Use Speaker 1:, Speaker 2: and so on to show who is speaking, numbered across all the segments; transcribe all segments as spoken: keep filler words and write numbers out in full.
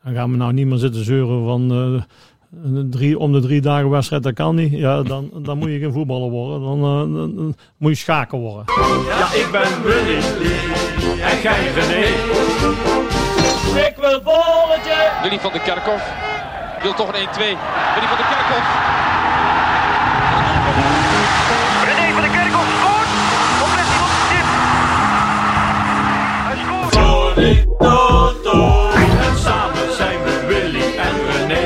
Speaker 1: Dan gaan we nou niet meer zitten zeuren van uh, drie, om de drie dagen wedstrijd, dat kan niet. Ja, dan, dan moet je geen voetballer worden. Dan, uh, dan, dan moet je schaken worden.
Speaker 2: Ja, ik ben Willy en gij René. Ik wil bolletje.
Speaker 3: Willy van der Kerkhof wil toch een één twee. Willy van der Kerkhof.
Speaker 4: René van der Kerkhof scoort. Of let hij op de tip. Hij scoort.
Speaker 2: Tony Toto. En samen zijn we Willy en René.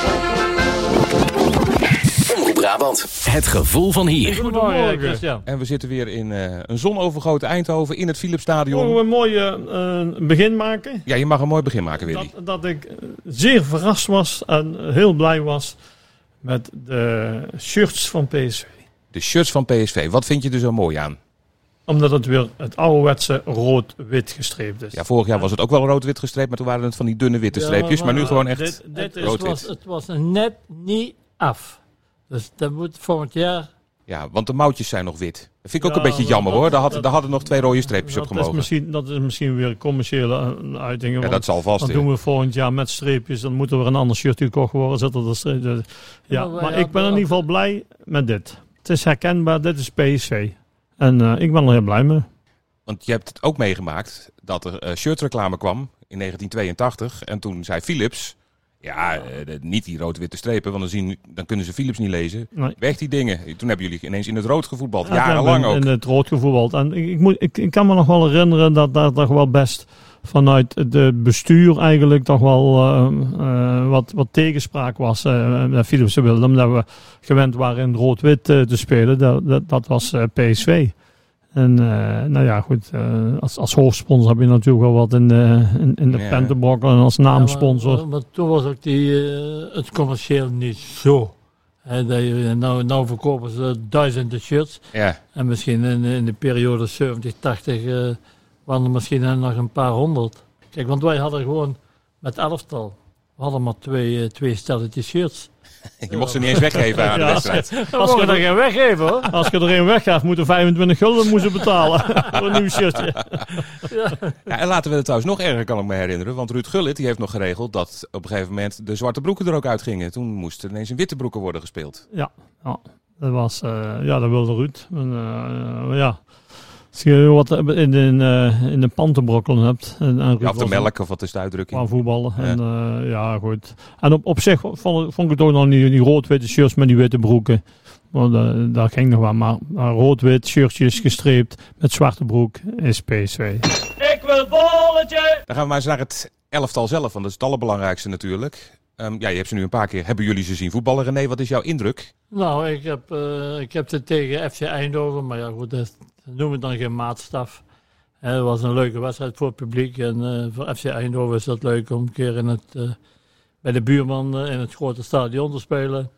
Speaker 5: Omroep Brabant. Het gevoel van hier.
Speaker 1: Goedemorgen, Christian.
Speaker 6: En we zitten weer in uh, een zonovergoten Eindhoven in het Philipsstadion.
Speaker 1: Mogen we een mooi uh, begin maken?
Speaker 6: Ja, je mag een mooi begin maken, Willy.
Speaker 1: Dat, dat ik zeer verrast was en heel blij was met de shirts van P S V.
Speaker 6: De shirts van P S V. Wat vind je er zo mooi aan?
Speaker 1: Omdat het weer het ouderwetse rood-wit gestreept is.
Speaker 6: Ja, vorig jaar was het ook wel rood-wit gestreept, maar toen waren het van die dunne witte streepjes. Ja, maar, maar, maar nu gewoon echt
Speaker 7: dit, dit is,
Speaker 6: rood-wit.
Speaker 7: Was, het was net niet af. Dus dat moet volgend jaar...
Speaker 6: Ja, want de mouwtjes zijn nog wit. Dat vind ik ook
Speaker 1: ja,
Speaker 6: een beetje jammer
Speaker 1: dat,
Speaker 6: hoor. Daar, had,
Speaker 1: dat,
Speaker 6: daar hadden nog twee rode streepjes
Speaker 1: dat
Speaker 6: op gemogen.
Speaker 1: Is misschien, dat is misschien weer commerciële uitingen.
Speaker 6: Ja, dat zal vast.
Speaker 1: Dan doen we volgend jaar met streepjes. Dan moet er weer een ander shirt gekocht worden. Zet er streepjes. Ja, ja, maar ik ben in ieder geval blij met dit. Het is herkenbaar. Dit is P S V. En uh, ik ben er heel blij mee.
Speaker 6: Want je hebt het ook meegemaakt dat er uh, shirtreclame kwam in negentien tweeëntachtig. En toen zei Philips... Ja, uh, de, niet die rood-witte strepen, want dan, zien, dan kunnen ze Philips niet lezen. Nee. Weg die dingen. Toen hebben jullie ineens in het rood gevoetbald. Ja, jarenlang
Speaker 1: in,
Speaker 6: ook.
Speaker 1: In het rood gevoetbald. En ik, ik, moet, ik, ik kan me nog wel herinneren dat daar toch wel best vanuit het bestuur eigenlijk toch wel uh, uh, wat, wat tegenspraak was. Uh, Philips wilde, omdat we gewend waren in rood-wit uh, te spelen. Dat, dat, dat was uh, P S V. En uh, nou ja, goed, uh, als, als hoofdsponsor heb je natuurlijk wel wat in de, in, in de ja. Pentenbrokken en als naamsponsor.
Speaker 7: Ja, maar, maar toen was ook die, uh, het commercieel niet zo. He, dat je, nou, nou verkopen ze duizenden shirts.
Speaker 6: Ja.
Speaker 7: En misschien in, in de periode zeventig, tachtig uh, waren er misschien nog een paar honderd. Kijk, want wij hadden gewoon met elftal, we hadden maar twee, uh, twee stelletjes shirts.
Speaker 6: Je mocht ze niet eens weggeven aan de ja, wedstrijd.
Speaker 7: Als, als je er geen weggeven hoor.
Speaker 1: Als je er een weggaat, moeten vijfentwintig gulden moeten betalen voor een nieuw shirtje.
Speaker 6: Ja. Ja, en laten we het trouwens nog erger, kan ik me herinneren. Want Ruud Gullit die heeft nog geregeld dat op een gegeven moment de zwarte broeken er ook uitgingen. Toen moesten ineens in witte broeken worden gespeeld.
Speaker 1: Ja, ja dat was, uh, ja, dat wilde Ruud. En, uh, ja. Als je wat in de, uh, in de pan te brokkelen hebt. En, en
Speaker 6: ja, of de melk, of wat is de uitdrukking?
Speaker 1: Qua voetballen. Ja. En, uh, ja, goed. En op, op zich vond, vond ik het ook nog niet die rood-witte shirts met die witte broeken. Want uh, daar ging nog wel. Maar, maar rood-wit shirtjes gestreept met zwarte broek is P S V.
Speaker 2: Ik wil bolletje!
Speaker 6: Dan gaan we maar eens naar het elftal zelf. Want dat is het allerbelangrijkste natuurlijk. Um, ja, je hebt ze nu een paar keer. Hebben jullie ze zien voetballen? René, wat is jouw indruk?
Speaker 7: Nou, ik heb, uh, ik heb het tegen F C Eindhoven. Maar ja, goed, dat noemen we dan geen maatstaf. Het uh, was een leuke wedstrijd voor het publiek. En uh, voor F C Eindhoven is dat leuk om een keer in het, uh, bij de buurman uh, in het grote stadion te spelen.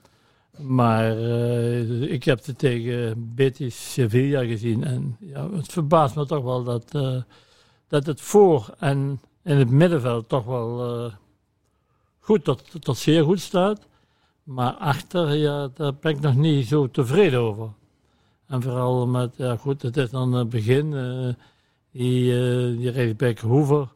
Speaker 7: Maar uh, ik heb het tegen Betis Sevilla gezien. En ja, het verbaast me toch wel dat, uh, dat het voor en in het middenveld toch wel uh, goed tot, tot zeer goed staat. Maar achter, ja, daar ben ik nog niet zo tevreden over. En vooral met, ja goed, het is dan het begin. Uh, die uh, die rechtsback Hoever.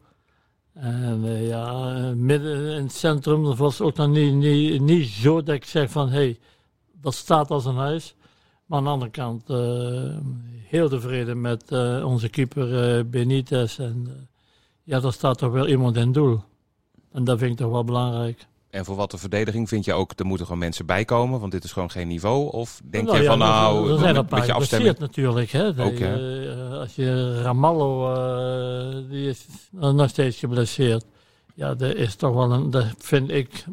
Speaker 7: En uh, ja, midden in het centrum, dat was ook nog niet, niet, niet zo dat ik zeg van, hé, hey, dat staat als een huis. Maar aan de andere kant, uh, heel tevreden met uh, onze keeper uh, Benitez. En uh, ja, daar staat toch wel iemand in doel. En dat vind ik toch wel belangrijk.
Speaker 6: En voor wat de verdediging vind je ook, er moeten gewoon mensen bij komen, want dit is gewoon geen niveau? Of denk
Speaker 7: nou,
Speaker 6: je
Speaker 7: ja,
Speaker 6: van nou,
Speaker 7: er zijn
Speaker 6: een
Speaker 7: een paar
Speaker 6: beetje afstemming?
Speaker 7: natuurlijk. Hè?
Speaker 6: Ook, hè?
Speaker 7: Uh, als je Ramallo, uh, die is nog steeds geblesseerd. Ja, dat is toch wel een, dat vind ik,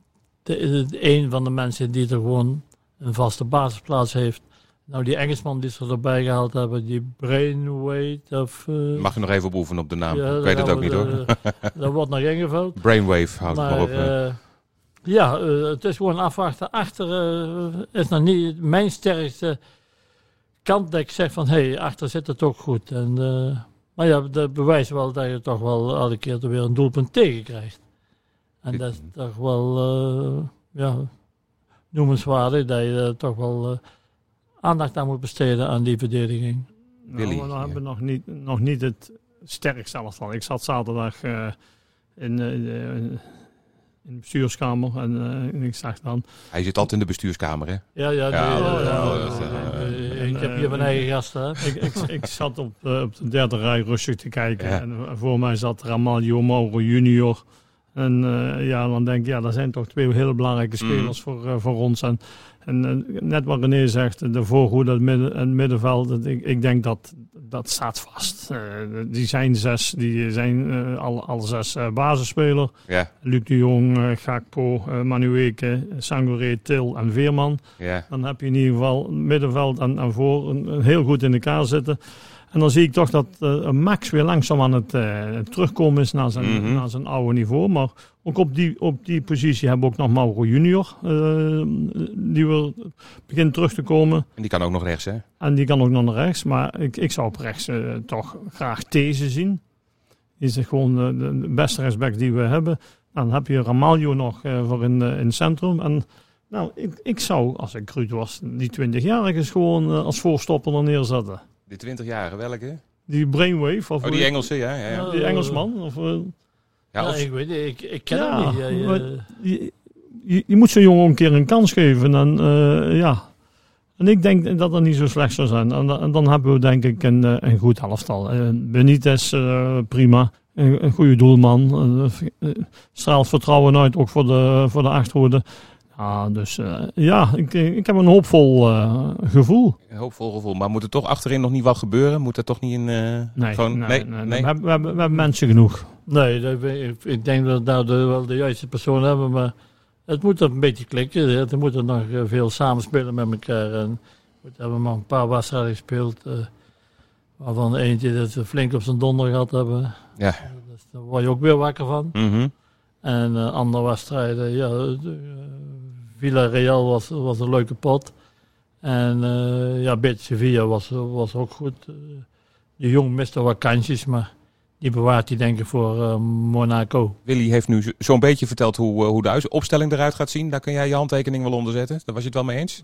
Speaker 7: de, de, een van de mensen die er gewoon een vaste basisplaats heeft. Nou, die Engelsman die ze erbij gehaald hebben, die Brainwave of... Uh,
Speaker 6: Mag je nog even beoefenen op de naam?
Speaker 7: Ja,
Speaker 6: ik weet het ook
Speaker 7: we,
Speaker 6: niet hoor.
Speaker 7: Uh, dat wordt nog ingevuld.
Speaker 6: Brainwave, houdt het maar op.
Speaker 7: Uh, ja, uh, het is gewoon afwachten. Achter uh, is nog niet mijn sterkste kant dat ik zeg van, hé, hey, achter zit het ook goed. En, uh, maar ja, dat bewijst wel dat je toch wel elke keer er weer een doelpunt tegen krijgt. En ik, dat is toch wel, uh, ja, noemenswaardig dat je uh, toch wel... Uh, aandacht aan moet besteden aan die verdediging.
Speaker 1: Nou, nou ja. hebben we nog niet, nog niet het sterkste elftal. Ik zat zaterdag uh, in, uh, in de bestuurskamer. En, uh, en ik zag dan...
Speaker 6: Hij zit altijd in de bestuurskamer, hè?
Speaker 7: Ja, ja.
Speaker 6: Ja,
Speaker 7: nee,
Speaker 6: dat-
Speaker 7: ja,
Speaker 6: dat- dat-
Speaker 7: eh,
Speaker 1: en,
Speaker 7: ik heb hier mijn
Speaker 1: uh,
Speaker 7: eigen gasten. Hè.
Speaker 1: ik, ik, ik zat op, uh, op de derde rij rustig te kijken.
Speaker 6: Ja.
Speaker 1: En uh, voor mij zat Ramalho Mauro junior. En uh, ja, dan denk ik, ja, dat zijn toch twee hele belangrijke spelers mm. voor, uh, voor ons. En, en uh, net wat René zegt, de voorhoede, het midden, het middenveld, het, ik, ik denk dat dat staat vast. Uh, die zijn zes, die zijn uh, alle, alle zes uh, basisspeler.
Speaker 6: Ja,
Speaker 1: Luc de Jong, uh, Gakpo, uh, Manueke, Sangaré, Til en Veerman.
Speaker 6: ja.
Speaker 1: Dan heb je in ieder geval middenveld en, en voor een, een heel goed in elkaar zitten. En dan zie ik toch dat uh, Max weer langzaam aan het uh, terugkomen is naar zijn,
Speaker 6: Mm-hmm.
Speaker 1: naar zijn oude niveau. Maar ook op die, op die positie hebben we ook nog Mauro junior. Uh, die weer begint terug te komen.
Speaker 6: En die kan ook nog rechts, hè?
Speaker 1: En die kan ook nog naar rechts. Maar ik, ik zou op rechts uh, toch graag These zien. Die is gewoon uh, de, de beste rechtsback die we hebben. Dan heb je Ramalho nog uh, voor in, uh, in het centrum. En nou, ik, ik zou, als ik Ruud was, die twintigjarige gewoon uh, als voorstopper er neerzetten.
Speaker 6: Die twintigjarige, welke?
Speaker 1: Die Brainwave. Of
Speaker 6: Oh, die Engelse, ja. ja, ja.
Speaker 1: Die Engelsman. Of, uh,
Speaker 6: Ja,
Speaker 7: Ja,
Speaker 6: of-
Speaker 7: ik weet het, ik, ik ken
Speaker 1: Ja,
Speaker 7: hem niet. Ja, ja.
Speaker 1: maar- je, je, je moet zo'n jongen een keer een kans geven. En, uh, ja. en ik denk dat dat niet zo slecht zou zijn. En, en dan hebben we denk ik een, uh, een goed elftal. Uh, Benitez, uh, prima. Een, een goede doelman. Uh, uh, straalt vertrouwen uit, ook voor de, voor de achterhoede. Ja, dus uh, ja, ik, ik heb een hoopvol uh, gevoel.
Speaker 6: Een hoopvol gevoel. Maar moet er toch achterin nog niet wat gebeuren? Moet er toch niet een... uh,
Speaker 1: Nee,
Speaker 6: gewoon,
Speaker 1: nee,
Speaker 6: nee,
Speaker 1: nee,
Speaker 6: nee.
Speaker 1: We, hebben, we, hebben, we hebben mensen genoeg.
Speaker 7: Nee, dat, ik, ik denk dat we daar de, wel de juiste persoon hebben, maar het moet een beetje klikken. Hè. Er moeten nog uh, veel samenspelen met elkaar. En we hebben maar een paar wedstrijden gespeeld, uh, waarvan eentje dat we flink op zijn donder gehad hebben.
Speaker 6: Ja.
Speaker 7: Dus daar word je ook weer wakker van.
Speaker 6: Mhm.
Speaker 7: En uh, andere wedstrijden, ja, de, uh, Villarreal was, was een leuke pot. En uh, ja, Betis Sevilla was, was ook goed. Uh, de jong miste wat kansjes, maar die bewaart hij denk ik voor uh, Monaco.
Speaker 6: Willy heeft nu zo- zo'n beetje verteld hoe, uh, hoe de huis- opstelling eruit gaat zien. Daar kun jij je handtekening wel onder zetten. Daar was je het wel mee eens?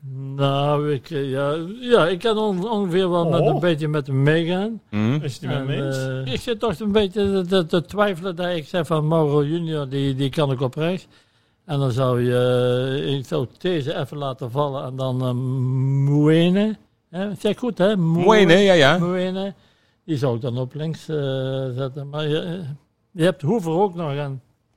Speaker 7: Nou, ik, uh, ja, ja, ik kan on- ongeveer wel met,
Speaker 1: Oh.
Speaker 7: een beetje met hem meegaan.
Speaker 6: Mhm.
Speaker 1: Is het er
Speaker 7: En,
Speaker 1: mee eens?
Speaker 7: uh, ik zit toch een beetje te, te, te twijfelen dat ik zeg van Mauro junior, die, die kan ik op rechts. En dan zou je, uh, ik zou deze even laten vallen en dan uh, Muene. Hè, zeg goed hè?
Speaker 6: Mooi, ja, ja.
Speaker 7: Muene. Die zou ik dan op links uh, zetten. Maar je, je hebt Hoever ook nog aan.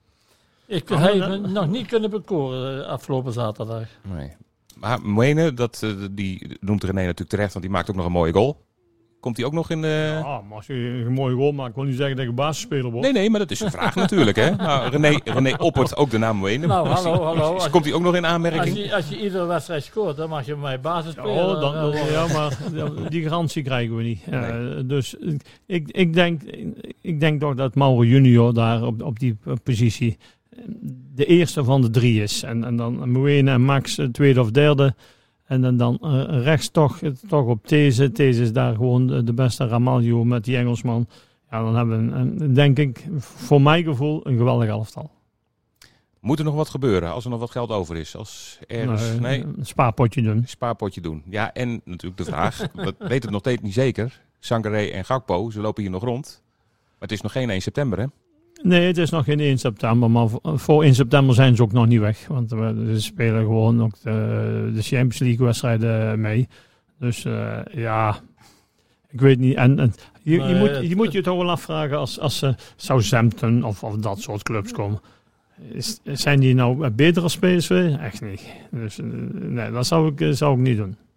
Speaker 7: Ik
Speaker 1: Oh,
Speaker 7: heb
Speaker 1: dat-
Speaker 7: me nog niet kunnen bekoren uh, afgelopen zaterdag.
Speaker 6: Nee. Maar Mwene, dat, uh, die noemt René natuurlijk terecht, want die maakt ook nog een mooie goal. Komt hij ook nog in de...
Speaker 1: Ja, maar als je een mooie goal maakt, wil niet zeggen dat je basisspeler wordt.
Speaker 6: Nee, nee, maar dat is een vraag natuurlijk, hè. Nou, René, René oppert ook de naam Mwene.
Speaker 7: Nou, hallo, hallo. Als,
Speaker 6: Komt hij ook nog in
Speaker 7: als,
Speaker 6: aanmerking?
Speaker 7: je, als je iedere wedstrijd scoort, dan mag je bij mij basis spelen.
Speaker 1: Oh, dan,
Speaker 7: Dan, uh,
Speaker 1: ja, maar ja, die garantie krijgen we niet. Uh, dus ik, ik, denk, ik denk toch dat Mauro junior daar op, op die positie de eerste van de drie is. En, en dan Mwene en Max tweede of derde. En dan, dan uh, rechts toch, toch op These. These is daar gewoon de, de beste. Ramalho met die Engelsman. Ja, dan hebben we, een, een, denk ik, voor mijn gevoel, een geweldig elftal.
Speaker 6: Moet er nog wat gebeuren als er nog wat geld over is? Als ergens...
Speaker 1: Nou,
Speaker 6: nee,
Speaker 1: een spaarpotje doen.
Speaker 6: een spaarpotje doen. Ja, en natuurlijk de vraag, we weten het nog steeds niet zeker. Sangaré en Gakpo, ze lopen hier nog rond. Maar het is nog geen één september, hè?
Speaker 1: Nee, het is nog geen één september, maar voor één september zijn ze ook nog niet weg. Want we ze spelen gewoon ook de, de Champions League wedstrijden mee. Dus uh, ja, ik weet niet. En, en je, je,
Speaker 7: Nee,
Speaker 1: moet,
Speaker 7: het-
Speaker 1: je moet je toch wel afvragen als, als uh, Southampton of, of dat soort clubs komen. Is, zijn die nou beter als P S V? Echt niet. Dus uh, nee, dat zou ik, uh, zou ik niet doen.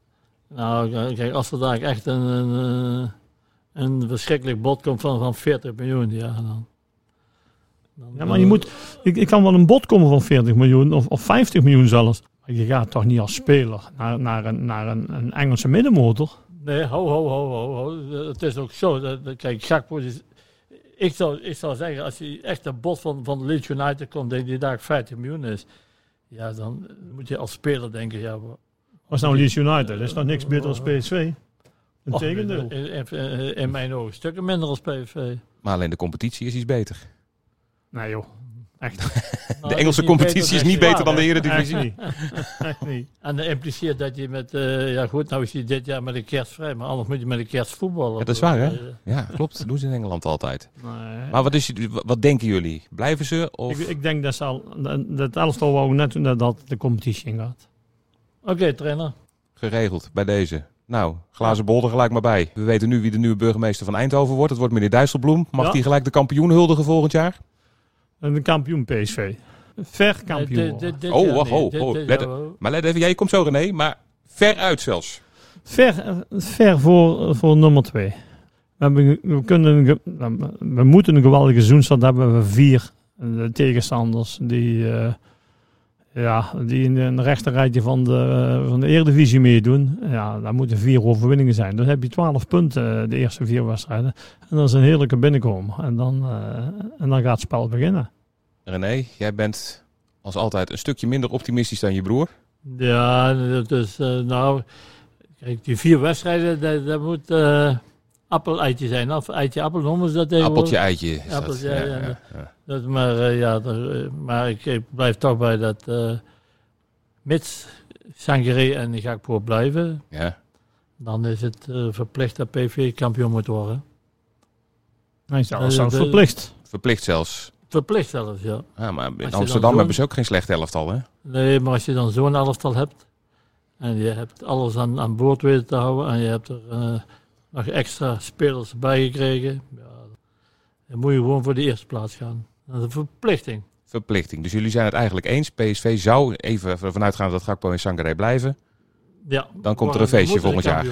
Speaker 7: Nou, kijk, als er daar echt een, een, een verschrikkelijk bod komt van, van veertig miljoen, ja, dan... dan
Speaker 1: Ja, maar je moet, ik, ik kan wel een bod komen van veertig miljoen of, of vijftig miljoen zelfs. Maar je gaat toch niet als speler naar, naar, een, naar een, een Engelse middenmotor?
Speaker 7: Nee, ho, ho, ho, ho, ho. Het is ook zo. Dat, dat- kijk, Gakpo is... Ik zou, ik zou zeggen, als je echt een bod van, van Leeds United komt, denk die daar vijftig miljoen is. Ja, dan moet je als speler denken, ja... wa-
Speaker 1: Was nou Leeds United? Dat is nog niks beter als P S V.
Speaker 7: och,
Speaker 1: Integendeel.
Speaker 7: in, in, in- in mijn ogen stukken minder als P S V.
Speaker 6: Maar alleen de competitie is iets beter.
Speaker 1: Nee joh. Echt.
Speaker 6: De Engelse competitie is niet beter dan de Eredivisie.
Speaker 1: Echt niet. Echt niet.
Speaker 7: En dat impliceert dat je met, uh, ja goed, nou is hij dit jaar met de kerst vrij, maar anders moet je met de kerst voetballen.
Speaker 6: Ja, dat is waar, hè? Ja, klopt. Dat doen ze in Engeland altijd.
Speaker 1: Nee.
Speaker 6: Maar wat, is, wat denken jullie? Blijven ze? Of?
Speaker 1: Ik, ik denk dat ze al, dat elftal wou net toen dat de competitie ingaat.
Speaker 7: Oké, okay, trainer.
Speaker 6: Geregeld, bij deze. Nou, glazen bol er gelijk maar bij. We weten nu wie de nieuwe burgemeester van Eindhoven wordt. Het wordt meneer Dijsselbloem. Mag hij ja. gelijk de kampioen huldigen volgend jaar?
Speaker 1: De kampioen P S V. Ver kampioen.
Speaker 7: Uh, dit, dit, dit,
Speaker 6: oh, wacht, oh, oh, oh. Let, maar let even, jij komt zo René, maar ver uit zelfs.
Speaker 1: Ver, ver voor, voor nummer twee. We, hebben, we, kunnen, we moeten een geweldige seizoenstart hebben. We hebben vier de tegenstanders die, uh, ja, die in een rechterrijtje van de, uh, van de Eredivisie meedoen. Ja, daar moeten vier overwinningen zijn. Dan heb je twaalf punten de eerste vier wedstrijden. En dat is een heerlijke binnenkomen. En dan, uh, en dan gaat het spel beginnen.
Speaker 6: René, jij bent als altijd een stukje minder optimistisch dan je broer.
Speaker 7: Ja, dat is, uh, nou, kijk, die vier wedstrijden, dat, dat moet uh, appel-eitje zijn. Of eitje-appel noemen ze dat tegenwoordig.
Speaker 6: Appeltje-eitje.
Speaker 7: Appeltje,
Speaker 6: dat,
Speaker 7: ja,
Speaker 6: ja,
Speaker 7: ja,
Speaker 6: ja, ja.
Speaker 7: Dat, maar uh, ja, dat, uh, maar ik, ik blijf toch bij dat uh, mits Sangaré en Gakpo blijven,
Speaker 6: ja.
Speaker 7: dan is het uh, verplicht dat P S V kampioen moet worden.
Speaker 1: Hij is zelfs uh, verplicht.
Speaker 6: Verplicht zelfs.
Speaker 7: Verplicht zelfs, ja.
Speaker 6: Ja, maar in Amsterdam hebben ze ook geen slecht elftal, hè?
Speaker 7: Nee, maar als je dan zo'n elftal hebt en je hebt alles aan, aan boord weten te houden en je hebt er uh, nog extra spelers bij gekregen, ja, dan moet je gewoon voor de eerste plaats gaan. Dat is een verplichting.
Speaker 6: Verplichting. Dus jullie zijn het eigenlijk eens. P S V zou even vanuit gaan dat Gakpo en Sangaré blijven.
Speaker 7: Ja.
Speaker 6: Dan komt er een feestje volgend jaar.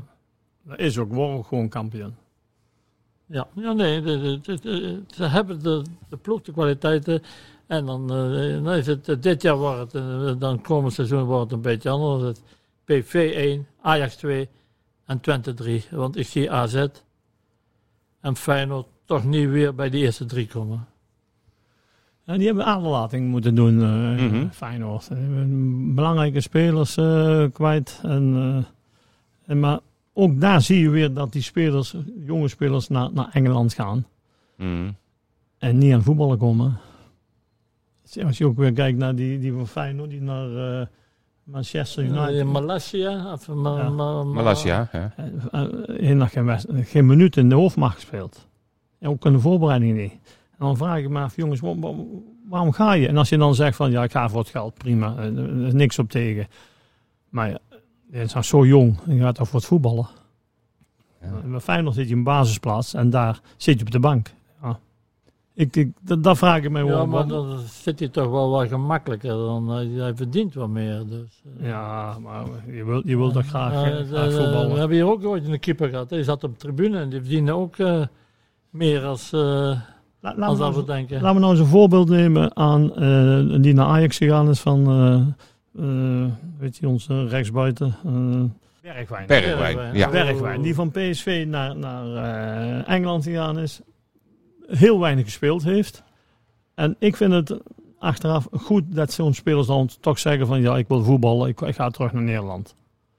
Speaker 1: Dat is ook, worden gewoon kampioen.
Speaker 7: Ja, ja nee, de, de, de, de, ze hebben de, de ploeg, de kwaliteiten. En dan, uh, dan is het, uh, dit jaar wordt het, uh, dan komend seizoen wordt het een beetje anders. Het P S V één, Ajax twee en Twente drie. Want ik zie A Z en Feyenoord toch niet weer bij de eerste drie komen.
Speaker 1: Ja, die hebben aderlating moeten doen, uh, mm-hmm. Feyenoord. Die hebben belangrijke spelers uh, kwijt. En, uh, en, maar ook daar zie je weer dat die spelers, jonge spelers naar, naar Engeland gaan.
Speaker 6: Mm.
Speaker 1: En niet aan voetballen komen. Als je ook weer kijkt naar die, die van Feyenoord, die naar uh, Manchester United.
Speaker 7: Uh, Malasia. Of ma,
Speaker 6: ja.
Speaker 7: ma, ma,
Speaker 6: Malasia, ja.
Speaker 1: Uh, uh, geen, geen minuut in de hoofdmacht gespeeld. En ook in de voorbereiding niet. En dan vraag ik me af, jongens, waar, waar, waarom ga je? En als je dan zegt van, ja, ik ga voor het geld, prima. Uh, er is niks op tegen. Maar ja, je is nog zo jong en je gaat toch voor het voetballen. Ja. Uh, bij Feyenoord zit je in basisplaats en daar zit je op de bank. Ja. Ik, ik, dat, dat vraag ik mij wel.
Speaker 7: Ja, maar dan zit hij toch wel wat gemakkelijker. Dan, uh, hij verdient wat meer. Dus, uh.
Speaker 1: Ja, maar je wilt je wil toch graag, uh, uh, graag
Speaker 7: uh,
Speaker 1: voetballen.
Speaker 7: We hebben hier ook ooit een keeper gehad. Die zat op de tribune en die verdiende ook uh, meer als... Uh,
Speaker 1: La, laten, we nou, laten we nou eens een voorbeeld nemen aan uh, die naar Ajax gegaan is van, uh, uh, weet je, onze rechtsbuiten. Uh, Bergwijn.
Speaker 6: Bergwijn, ja.
Speaker 1: Bergwijn, die van P S V naar, naar uh, Engeland gegaan is. Heel weinig gespeeld heeft. En ik vind het achteraf goed dat zo'n spelers dan toch zeggen van ja, ik wil voetballen, ik, ik ga terug naar Nederland.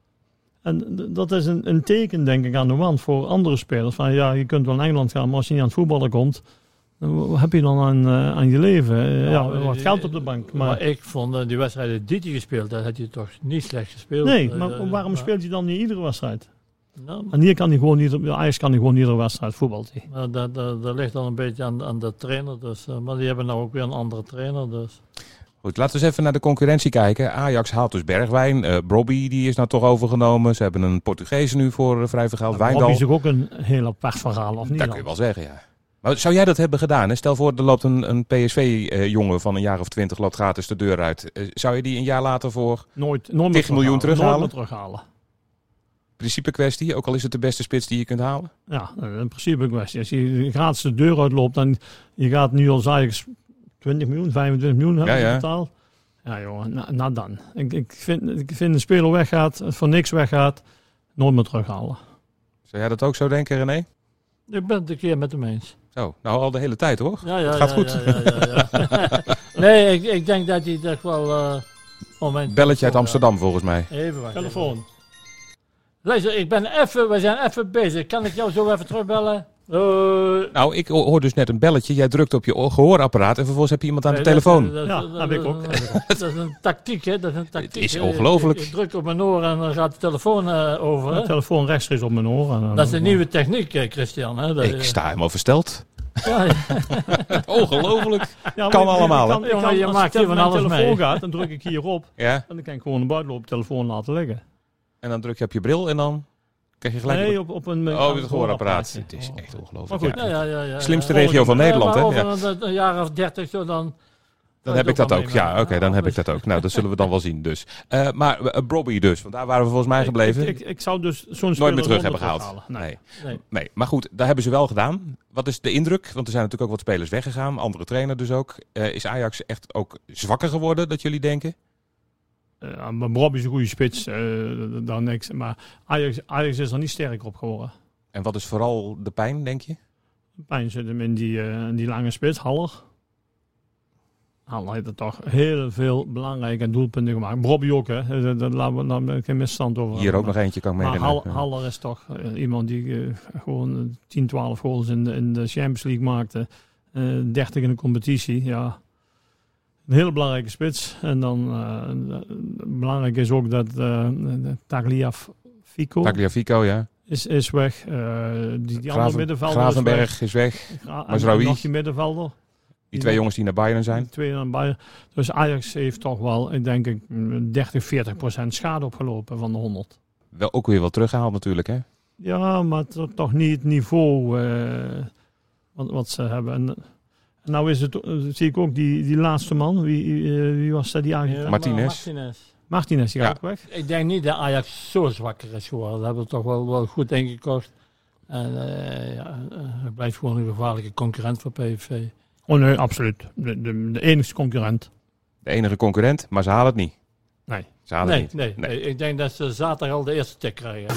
Speaker 1: En d- dat is een, een teken, denk ik, aan de wand voor andere spelers. Van ja, je kunt wel naar Engeland gaan, maar als je niet aan het voetballen komt, wat heb je dan aan, uh, aan je leven? Uh, ja, ja, wat geld op de bank. Maar, maar
Speaker 7: ik vond uh, die wedstrijden die hij gespeeld had, had hij toch niet slecht gespeeld.
Speaker 1: Nee, maar uh, waarom uh, speelt hij dan niet iedere wedstrijd? Nou, en hier kan hij gewoon niet, Ajax kan hij gewoon iedere wedstrijd voetballen.
Speaker 7: Nou, dat, dat, dat ligt dan een beetje aan, aan de trainer. Dus, uh, maar die hebben nou ook weer een andere trainer. Dus.
Speaker 6: Goed, laten we eens even naar de concurrentie kijken. Ajax haalt dus Bergwijn. Uh, Brobby die is nou toch overgenomen. Ze hebben een Portugees nu voor uh, vrij veel geld.
Speaker 1: Ja, Wijndal. Brobby is ook een heel apart verhaal, of niet?
Speaker 6: Dat
Speaker 1: dan?
Speaker 6: kun je wel zeggen, ja. Maar zou jij dat hebben gedaan? Hè? Stel voor, er loopt een, een P S V-jongen uh, van een jaar of twintig loopt gratis de deur uit. Uh, zou je die een jaar later voor
Speaker 1: nooit, nooit
Speaker 6: tig miljoen terughalen?
Speaker 1: Nooit terughalen.
Speaker 6: Principe kwestie, ook al is het de beste spits die je kunt halen?
Speaker 1: Ja, een principe kwestie. Als je gratis de deur uitloopt en je gaat nu als Ajax twintig miljoen, vijfentwintig miljoen hebben
Speaker 6: ja, ja.
Speaker 1: betaald. Ja jongen, nou na dan. Ik, ik, vind, ik vind een speler weggaat, voor niks weggaat, nooit meer terughalen.
Speaker 6: Zou jij dat ook zo denken, René?
Speaker 7: Ik ben het een keer met hem eens.
Speaker 6: Zo, nou al de hele tijd hoor.
Speaker 7: Ja, ja,
Speaker 6: het gaat
Speaker 7: ja,
Speaker 6: goed.
Speaker 7: Ja, ja, ja, ja. Nee, ik, ik denk dat hij toch wel... Uh, moment
Speaker 6: Belletje uit Amsterdam ja. volgens mij.
Speaker 7: Even wachten.
Speaker 1: Telefoon.
Speaker 7: Luister, ik ben even, we zijn even bezig. Kan ik jou zo even terugbellen? Uh,
Speaker 6: Nou, ik hoor dus net een belletje. Jij drukt op je gehoorapparaat en vervolgens heb je iemand aan de
Speaker 7: nee,
Speaker 6: telefoon.
Speaker 7: Dat, dat,
Speaker 1: Ja,
Speaker 7: dat,
Speaker 1: heb ik ook.
Speaker 7: Dat is een tactiek, hè? Dat is een tactiek.
Speaker 6: Het is
Speaker 7: hè.
Speaker 6: ongelooflijk.
Speaker 7: Ik, ik druk op mijn oor en dan gaat de telefoon uh, over. Hè?
Speaker 1: De telefoon rechtstreeks op mijn oor. En,
Speaker 7: Dat is een nieuwe techniek, eh, Christian. Hè? Dat,
Speaker 6: Ik sta helemaal versteld.
Speaker 7: Ja, ja.
Speaker 6: Ongelooflijk.
Speaker 1: Ja,
Speaker 6: Kan
Speaker 1: maar ik-
Speaker 6: allemaal,
Speaker 1: ik
Speaker 6: hè?
Speaker 1: kan- ik
Speaker 7: Jongen,
Speaker 1: kan-
Speaker 7: je
Speaker 1: als
Speaker 7: maakt
Speaker 1: het
Speaker 7: hier van
Speaker 1: mijn
Speaker 7: alles
Speaker 1: telefoon
Speaker 7: mee.
Speaker 1: gaat, dan druk ik hierop.
Speaker 6: Ja.
Speaker 1: En dan kan ik gewoon een buitenloop telefoon laten liggen.
Speaker 6: En dan druk je op je bril en dan krijg je gelijk...
Speaker 1: Nee, op, op een...
Speaker 6: oh, het gehoorapparaat. Het is echt ongelooflijk.
Speaker 1: Maar goed,
Speaker 6: Ja.
Speaker 7: Ja, ja, ja, ja,
Speaker 6: Slimste
Speaker 7: ja.
Speaker 6: regio van Nederland, hè?
Speaker 7: Ja, maar
Speaker 6: Ja.
Speaker 7: over een, een jaar of dertig zo dan...
Speaker 6: Dan heb ik dat
Speaker 7: wel
Speaker 6: ook. Ja, oké,
Speaker 7: meemaken.
Speaker 6: dan heb ik dat ook. Nou, dat zullen we dan wel zien dus. Uh, maar uh, Brobby dus, want daar waren we volgens mij gebleven.
Speaker 1: Ik, ik, ik zou dus zo'n
Speaker 6: Nooit
Speaker 1: speler
Speaker 6: meer terug
Speaker 1: nooit
Speaker 6: hebben
Speaker 1: meer
Speaker 6: gehaald.
Speaker 1: terughalen.
Speaker 6: Nee.
Speaker 1: Nee.
Speaker 7: Nee.
Speaker 6: nee, maar goed, daar hebben ze wel gedaan. Wat is de indruk? Want er zijn natuurlijk ook wat spelers weggegaan. Andere trainer dus ook. Uh, is Ajax echt ook zwakker geworden, dat jullie denken?
Speaker 1: Uh, maar Rob is een goede spits, uh, daar niks. Maar Ajax, Ajax is er niet sterker op geworden.
Speaker 6: En wat is vooral de pijn, denk je?
Speaker 1: Pijn zit hem in die, uh, in die lange spits, Haller. Haller heeft er toch heel veel belangrijke doelpunten gemaakt. Robbie ook, hè. Daar daar laten we nou geen misstand over.
Speaker 6: Hier ook nog eentje, kan ik me
Speaker 1: Maar
Speaker 6: herinneren.
Speaker 1: Haller, Haller is toch uh, iemand die uh, gewoon tien, twaalf goals in de, in de Champions League maakte. Uh, dertig in de competitie, ja. Een hele belangrijke spits. En dan uh, belangrijk is ook dat uh, Tagliafico
Speaker 6: Tagliafico, ja.
Speaker 1: is, is weg. Uh, die die andere
Speaker 6: Graven,
Speaker 1: middenvelder
Speaker 6: Gravenberg is weg.
Speaker 1: is weg. Gra- en
Speaker 6: Mazraoui.
Speaker 1: nog die middenvelder.
Speaker 6: Die twee jongens die naar Bayern zijn.
Speaker 1: Die twee naar Bayern. Dus Ajax heeft toch wel, ik denk ik, dertig, veertig procent schade opgelopen van de honderd.
Speaker 6: Wel ook weer wel teruggehaald natuurlijk, hè?
Speaker 1: Ja, maar to- toch niet het niveau uh, wat, wat ze hebben. En, en nou is het, uh, zie ik ook die, die laatste man. Wie, uh, wie was dat? Die Argentijn?
Speaker 7: Ja,
Speaker 6: Martinez.
Speaker 7: Martinez.
Speaker 1: Martinez, die gaat
Speaker 6: Ja.
Speaker 1: ook weg.
Speaker 7: Ik denk niet dat Ajax zo zwakker is geworden. Dat hebben we toch wel, wel goed ingekocht. En uh, ja, uh, het blijft gewoon een gevaarlijke concurrent voor P S V.
Speaker 1: Oh nee, absoluut. De, de, de enige concurrent.
Speaker 6: De enige concurrent, maar ze halen het niet.
Speaker 1: Nee.
Speaker 6: Ze halen
Speaker 7: Nee,
Speaker 6: het niet.
Speaker 7: nee, nee, ik denk dat ze zaterdag al de eerste tik krijgen.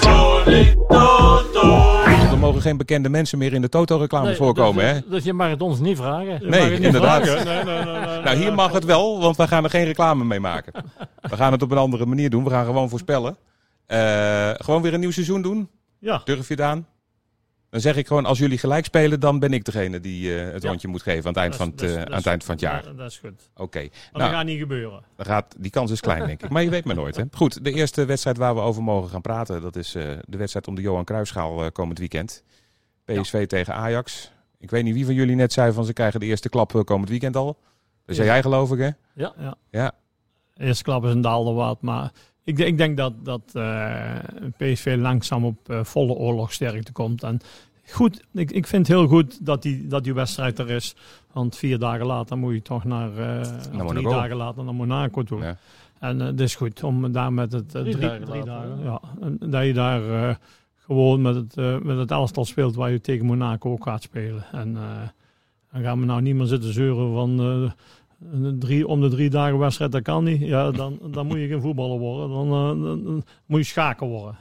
Speaker 6: Er mogen geen bekende mensen meer in de Toto-reclames
Speaker 7: Nee,
Speaker 6: voorkomen,
Speaker 7: dus,
Speaker 6: hè?
Speaker 7: Dus je mag het ons niet vragen.
Speaker 1: Je
Speaker 6: Nee,
Speaker 1: mag het niet
Speaker 6: inderdaad.
Speaker 1: vragen. Nee, nee, nee, nee,
Speaker 6: Nou, hier mag het wel, want we gaan er geen reclame mee maken. We gaan het op een andere manier doen. We gaan gewoon voorspellen. Uh, gewoon weer een nieuw seizoen doen.
Speaker 1: Ja.
Speaker 6: Durf je het aan? Dan zeg ik gewoon, als jullie gelijk spelen, dan ben ik degene die uh, het
Speaker 1: Ja.
Speaker 6: rondje moet geven aan het eind,
Speaker 1: Dat
Speaker 6: van
Speaker 1: is-
Speaker 6: het,
Speaker 1: dat is-
Speaker 6: uh,
Speaker 1: dat
Speaker 6: aan het
Speaker 1: is-
Speaker 6: eind van het jaar.
Speaker 1: Ja, dat is goed.
Speaker 6: Oké. Okay.
Speaker 1: Maar
Speaker 6: Nou,
Speaker 1: dat gaat niet gebeuren.
Speaker 6: dan gaat, die kans is klein, denk ik. Maar je weet maar nooit, hè? Goed, de eerste wedstrijd waar we over mogen gaan praten, dat is uh, de wedstrijd om de Johan Cruijffschaal uh, komend weekend. P S V ja. tegen Ajax. Ik weet niet wie van jullie net zei van ze krijgen de eerste klap uh, komend weekend al. Dat zei
Speaker 7: Ja.
Speaker 6: jij geloof ik, hè?
Speaker 7: Ja.
Speaker 1: Ja.
Speaker 6: Ja.
Speaker 1: De eerste klap is een daalder wat, maar ik, ik denk dat, dat uh, P S V langzaam op uh, volle oorlogsterkte komt. En goed, ik, ik vind het heel goed dat die, dat die wedstrijd er is. Want vier dagen later moet je toch naar, uh, of drie
Speaker 6: Monaco.
Speaker 1: dagen later naar Monaco toe.
Speaker 6: Ja.
Speaker 1: En uh, het is goed om daar met het uh,
Speaker 7: Drie
Speaker 1: drie,
Speaker 7: dagen
Speaker 1: drie
Speaker 7: later,
Speaker 1: dagen, ja, en dat je daar uh, gewoon met het, uh, met het elftal speelt waar je tegen Monaco ook gaat spelen. En uh, dan gaan we nou niet meer zitten zeuren van uh, drie, om de drie dagen wedstrijd, dat kan niet. Ja, dan, dan moet je geen voetballer worden. Dan, uh, dan, dan moet je schaken worden.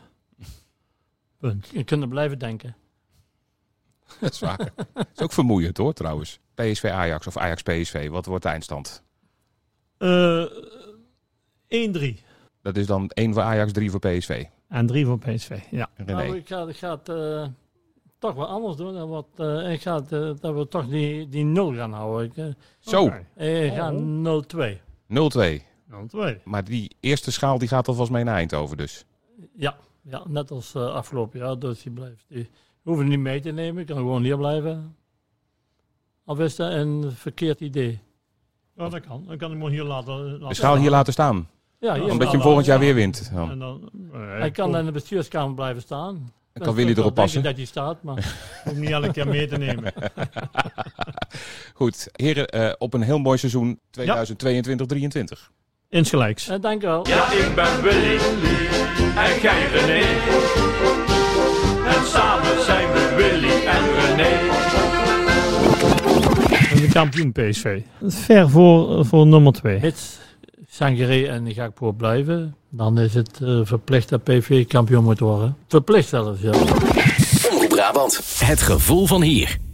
Speaker 1: Punt.
Speaker 7: Je kunt er blijven denken.
Speaker 6: Dat is waar. Dat is ook vermoeiend hoor, trouwens. P S V Ajax of Ajax P S V. Wat wordt de eindstand?
Speaker 1: Uh, één drie.
Speaker 6: Dat is dan één voor Ajax, drie voor P S V.
Speaker 1: En drie voor P S V, ja.
Speaker 6: René.
Speaker 7: Nou, ik ga, ik ga het uh, toch wel anders doen. En wat, uh, ik ga het, uh, dat we toch die, die nul gaan houden. Ik, uh,
Speaker 6: Zo,
Speaker 1: Okay.
Speaker 7: ik ga
Speaker 1: Oh.
Speaker 7: nul twee.
Speaker 6: nul twee.
Speaker 1: nul twee.
Speaker 6: Maar die eerste schaal die gaat alvast mee naar Eindhoven dus.
Speaker 7: Ja, ja, net als uh, afgelopen jaar. Dus die blijft. Die hoeven niet mee te nemen. Ik kan gewoon hier blijven. Of is dat een verkeerd idee?
Speaker 1: Ja, dat kan. Dan kan ik hem hier laten, laten
Speaker 6: De schaal hier laten staan.
Speaker 7: Ja, hier
Speaker 6: Omdat je hem
Speaker 7: staan.
Speaker 6: volgend jaar weer wint. Dan.
Speaker 1: En dan, uh,
Speaker 7: Hij kan in de bestuurskamer blijven staan.
Speaker 6: Dan kan Willy erop passen.
Speaker 7: Dat hij staat, maar
Speaker 1: om niet elke keer mee te nemen.
Speaker 6: Goed, heren, uh, op een heel mooi seizoen tweeduizend tweeëntwintig drieëntwintig.
Speaker 1: Insgelijks.
Speaker 7: uh, dank u wel.
Speaker 2: Ja, ik ben Willy en jij René. En samen zijn we Willy en René.
Speaker 1: De kampioen P S V. Ver voor, voor nummer twee.
Speaker 7: Mits Sangaré en de Gakpo blijven, dan is het uh, verplicht dat P S V kampioen moet worden. Verplicht zelfs, ja.
Speaker 5: Omroep Brabant. Het gevoel van hier.